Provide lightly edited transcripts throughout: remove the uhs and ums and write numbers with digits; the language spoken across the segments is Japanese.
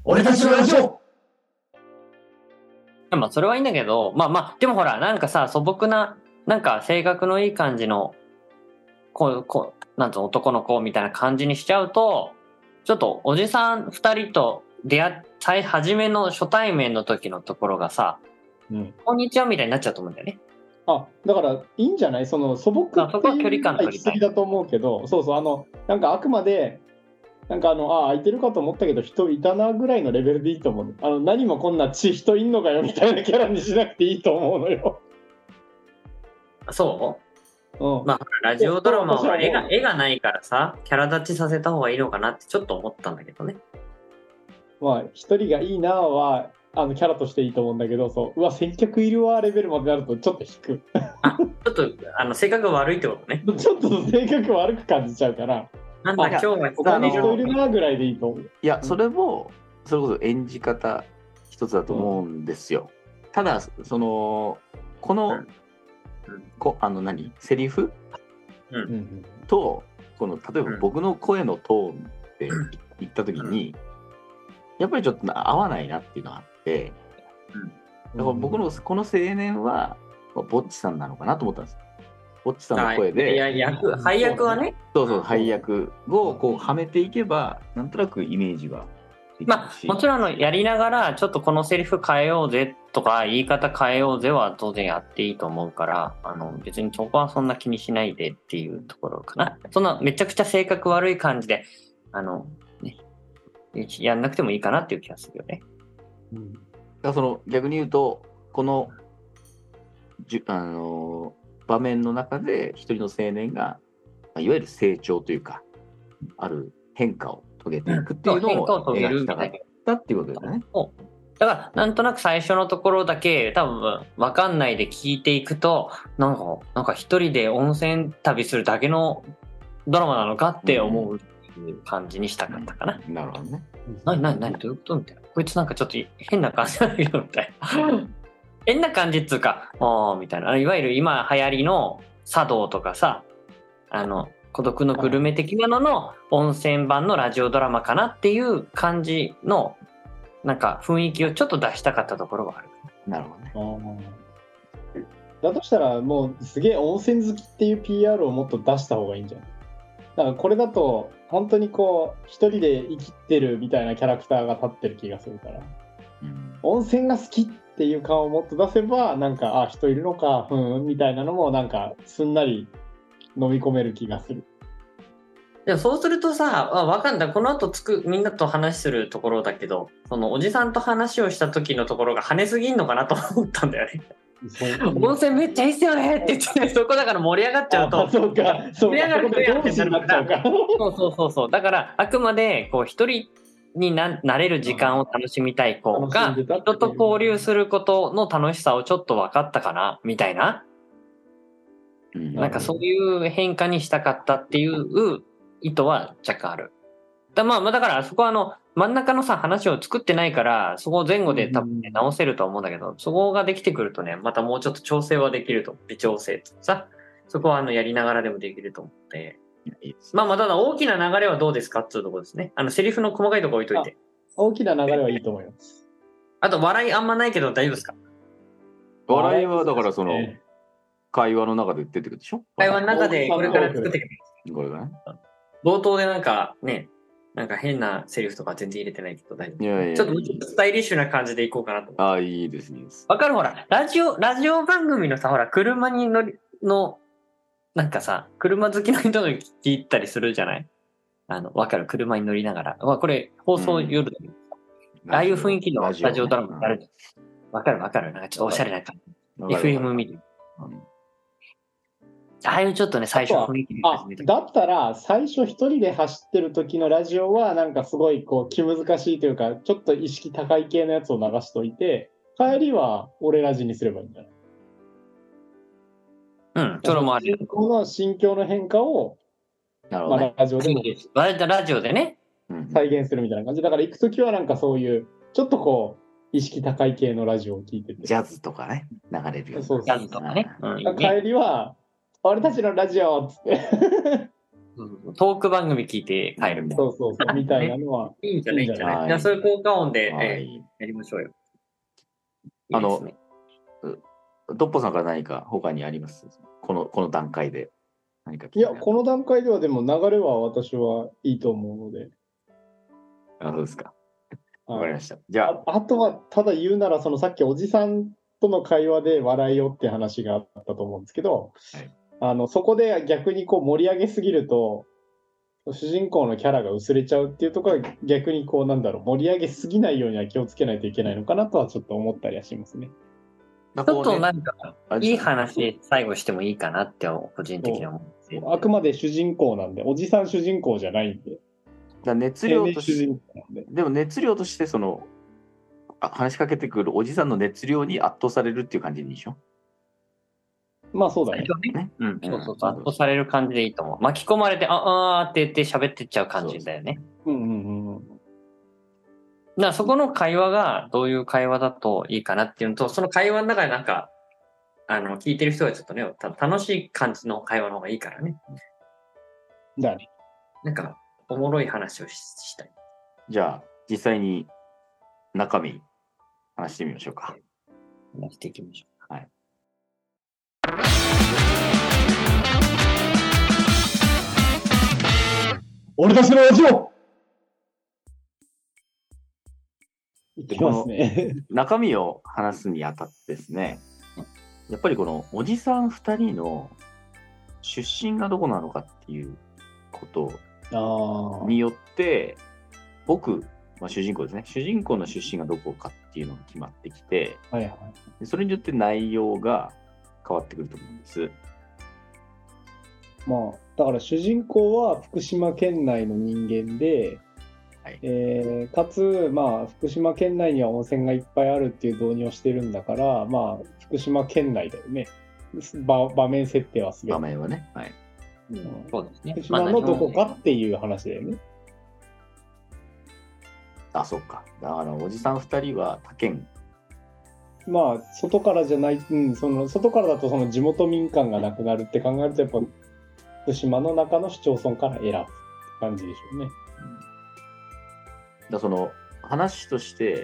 俺たちのラジオ。 まあそれはいいんだけど、まあでもほらなんかさ、素朴ななんか性格のいい感じのなんつうの男の子みたいな感じにしちゃうと、ちょっとおじさん2人と出会っ初めの初対面の時のところがさ、こんにちはみたいになっちゃうと思うんだよね。 だからいいんじゃない？その素朴っていうのは行き過ぎだと思うけど、なんかあくまでなんか空いてるかと思ったけど人いたなぐらいのレベルでいいと思う。何もこんな人いんのかよみたいなキャラにしなくていいと思うのよ。 そう？まあラジオドラマは絵がないからさ、キャラ立ちさせた方がいいのかなってちょっと思ったんだけどね。 まあ一人がいいなはキャラとしていいと思うんだけど、接客いるわレベルまでなるとちょっと引く。 ちょっと性格悪いってことね。 ちょっと性格悪く感じちゃうから。 なんだ今日は他に人いるなぐらいでいいと思う。 いや、それもそれこそ演じ方一つだと思うんですよ。ただこのセリフ、と例えば僕の声のトーンって言った時に、やっぱりちょっと合わないなっていうのがあって、だから僕のこの青年はぼっちさんなのかなと思ったんです。ぼっちさんの声で、 配役はね、 配役をこうはめていけばなんとなくイメージはまあもちろんやりながらちょっとこのセリフ変えようぜとか言い方変えようぜは当然やっていいと思うから、別にそこはそんな気にしないでっていうところかな。そんなめちゃくちゃ性格悪い感じでやんなくてもいいかなっていう気がするよね。 だから逆に言うとこの場面の中で一人の青年がいわゆる成長というかある変化を遂げていくっていうのを描きたかったっていうことだね。 だからなんとなく最初のところだけ多分分かんないで聞いていくとなんか一人で温泉旅するだけのドラマなのかって思う感じにしたかったかな。 なるほどね。 何どういうことみたいな。こいつなんかちょっと変な感じなんだけどみたいな。変な感じっつうかみたいな、いわゆる今流行りの茶道とかさ、孤独のグルメ的なのの温泉版のラジオドラマかなっていう感じのなんか雰囲気をちょっと出したかったところがある。 なるほどね。 だとしたらもうすげえ温泉好きっていう PR をもっと出した方がいいんじゃない？だからこれだと本当にこう一人で生きてるみたいなキャラクターが立ってる気がするから、温泉が好きっていう感をもっと出せばなんか人いるのかみたいなのもなんかすんなり飲み込める気がする。 でもそうするとさ、わかんない。この後みんなと話するところだけど、そのおじさんと話をした時のところが跳ねすぎんのかなと思ったんだよね。温泉めっちゃいいっすよねって言って、そこだから盛り上がっちゃうと、 そうか盛り上がるとやってなるから、 そう。 だからあくまでこう一人になれる時間を楽しみたい子が人と交流することの楽しさをちょっと分かったかなみたいな、なんかそういう変化にしたかったっていう意図は若干ある。だからあそこは真ん中のさ話を作ってないからそこを前後で多分、直せると思うんだけど、そこができてくるとねまたもうちょっと調整はできると、微調整とさ、そこはやりながらでもできると思って、ただ大きな流れはどうですかっていうところですね。セリフの細かいところ置いといて。 大きな流れはいいと思います。あと笑いあんまないけど大丈夫ですか？ 笑いはだから会話の中で出てくるでしょ。 会話の中でこれから作ってくる。 これがね。 冒頭でなんか変なセリフとか全然入れてないけど大丈夫。ちょっとスタイリッシュな感じでいこうかなと。 いいですいいです。 わかる？ほらラジオ番組のさ、ほら車になんかさ、車好きな人が聞いたりするじゃない？わかる？車に乗りながら。これ放送夜だけど、ああいう雰囲気のラジオドラマあるじゃん。わかる？なんかちょっとおしゃれな感じ。FM 見る。ああいうちょっとね、最初雰囲気で始めた。 だったら、最初一人で走ってる時のラジオは、なんかすごいこう気難しいというか、ちょっと意識高い系のやつを流しといて、帰りは俺ラジにすればいいんじゃない？ それもある。 この心境の変化を、ラジオでもラジオでね、 再現するみたいな感じ。だから行く時はなんかそういう、ちょっとこう、意識高い系のラジオを聞いてて。 ジャズとかね、流れるよ。 そうジャズとかね。 帰りは、俺たちのラジオっつって。 トーク番組聞いて帰るみたいな。 そうみたいなのは。 いいんじゃないじゃない。じゃあそういう効果音で、やりましょうよ。いいですね。 ドッポさんから何か他にあります？この段階で何か。 いや、この段階ではでも流れは私はいいと思うので。 そうですか。わかりました。じゃあとはただ言うなら、さっきおじさんとの会話で笑いよって話があったと思うんですけど、はい、そこで逆にこう盛り上げすぎると主人公のキャラが薄れちゃうっていうところは逆にこう盛り上げすぎないようには気をつけないといけないのかなとはちょっと思ったりはしますね。 ちょっとなんかいい話最後してもいいかなって個人的に思って。 あくまで主人公なんで、おじさん主人公じゃないんで。 熱量としてでも熱量として話しかけてくるおじさんの熱量に圧倒されるっていう感じでいいでしょ。 まあそうだね。 そう圧倒される感じでいいと思う。巻き込まれてあーって言って喋ってっちゃう感じだよね。そこの会話がどういう会話だといいかなっていうのと、その会話の中でなんか聞いてる人がちょっとね楽しい感じの会話の方がいいからね。 だね。 なんかおもろい話をしたい。 じゃあ実際に中身話してみましょうか。 話していきましょう。はい。 俺たちのラジオ。 いきますね。中身を話すにあたってですね、やっぱりこのおじさん2人の出身がどこなのかっていうことによって僕、主人公ですね。主人公の出身がどこかっていうのが決まってきて、それによって内容が変わってくると思うんです。 だから主人公は福島県内の人間で、かつ、福島県内には温泉がいっぱいあるっていう導入をしてるんだから、福島県内だよね。場面設定はすべて。 場面はね。はい。 そうですね。 福島のどこかっていう話だよね。 そうか。だからおじさん2人は他県。 外からじゃない、外からだとその地元民間がなくなるって考えると、やっぱ福島の中の市町村から選ぶって感じでしょうね。 その話として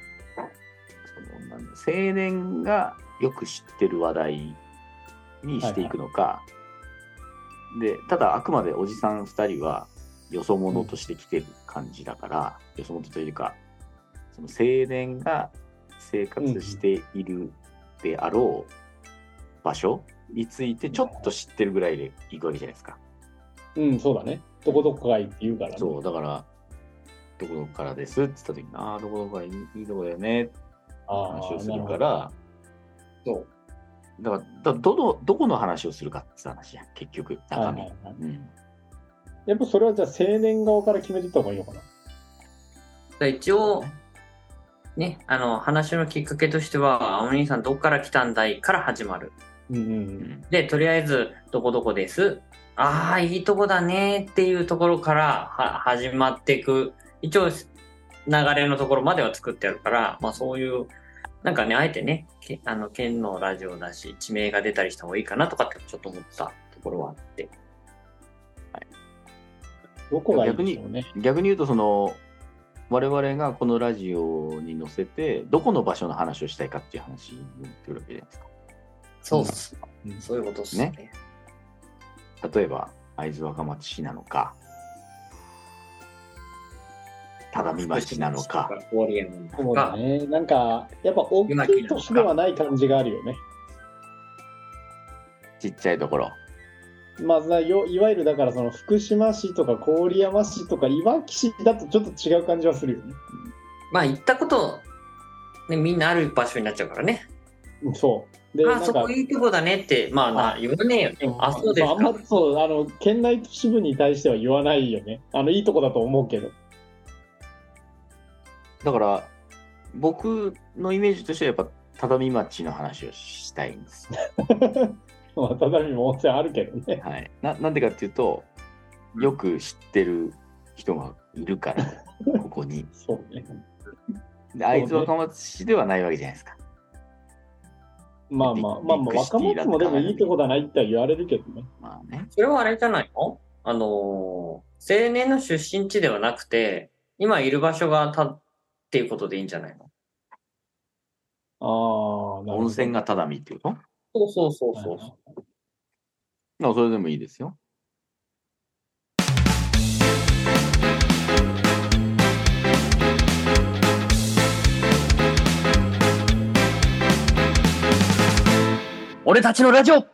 青年がよく知ってる話題にしていくのか、でただあくまでおじさん2人はよそ者として来てる感じだから、よそ者というかその青年が生活しているであろう場所についてちょっと知ってるぐらいで行くわけじゃないですか。 そうだね。どこどこがいいって言うからね。 そうだからどこどこからですって言った時にどこどこがいいとこだよねって話をするから、そうだからどこの話をするかって話や結局中身。 やっぱそれはじゃあ青年側から決めていった方がいいのかな。 一応ね、話のきっかけとしては、お兄さんどこから来たんだいから始まる。で、とりあえずどこどこです。いいとこだねっていうところから始まっていく。一応流れのところまでは作ってあるから、そういうなんかね、あえてね、県のラジオだし地名が出たりした方がいいかなとかってちょっと思ったところはあって。 どこがいいでしょうね。 逆に言うと我々がこのラジオに載せてどこの場所の話をしたいかっていう話になってくるわけじゃないですか。 そうっす。そういうことっすね。 例えば会津若松市なのか、只見町なのか。 そうだね。なんかやっぱ大きい都市ではない感じがあるよね。 ちっちゃいところ。 いわゆるだからその福島市とか郡山市とかいわき市だとちょっと違う感じはするよね。 行ったことね、みんなある場所になっちゃうからね。 そうでそこいいとこだねって言わねえよね。そうですか。 県内都市部に対しては言わないよね。いいとこだと思うけど。 だから僕のイメージとしてはやっぱ只見町の話をしたいんです。 只見も温泉あるけどね。 はい。なんでかっていうと、よく知ってる人がいるから、ここに。 そうね。 で、会津若松市ではないわけじゃないですか。 若松もでもいいとこだないって言われるけどね。 それはあれじゃないの？ 青年の出身地ではなくて、今いる場所がっていうことでいいんじゃないの？ 温泉がただみっていうこと？ そう。 それでもいいですよ。 俺たちのラジオ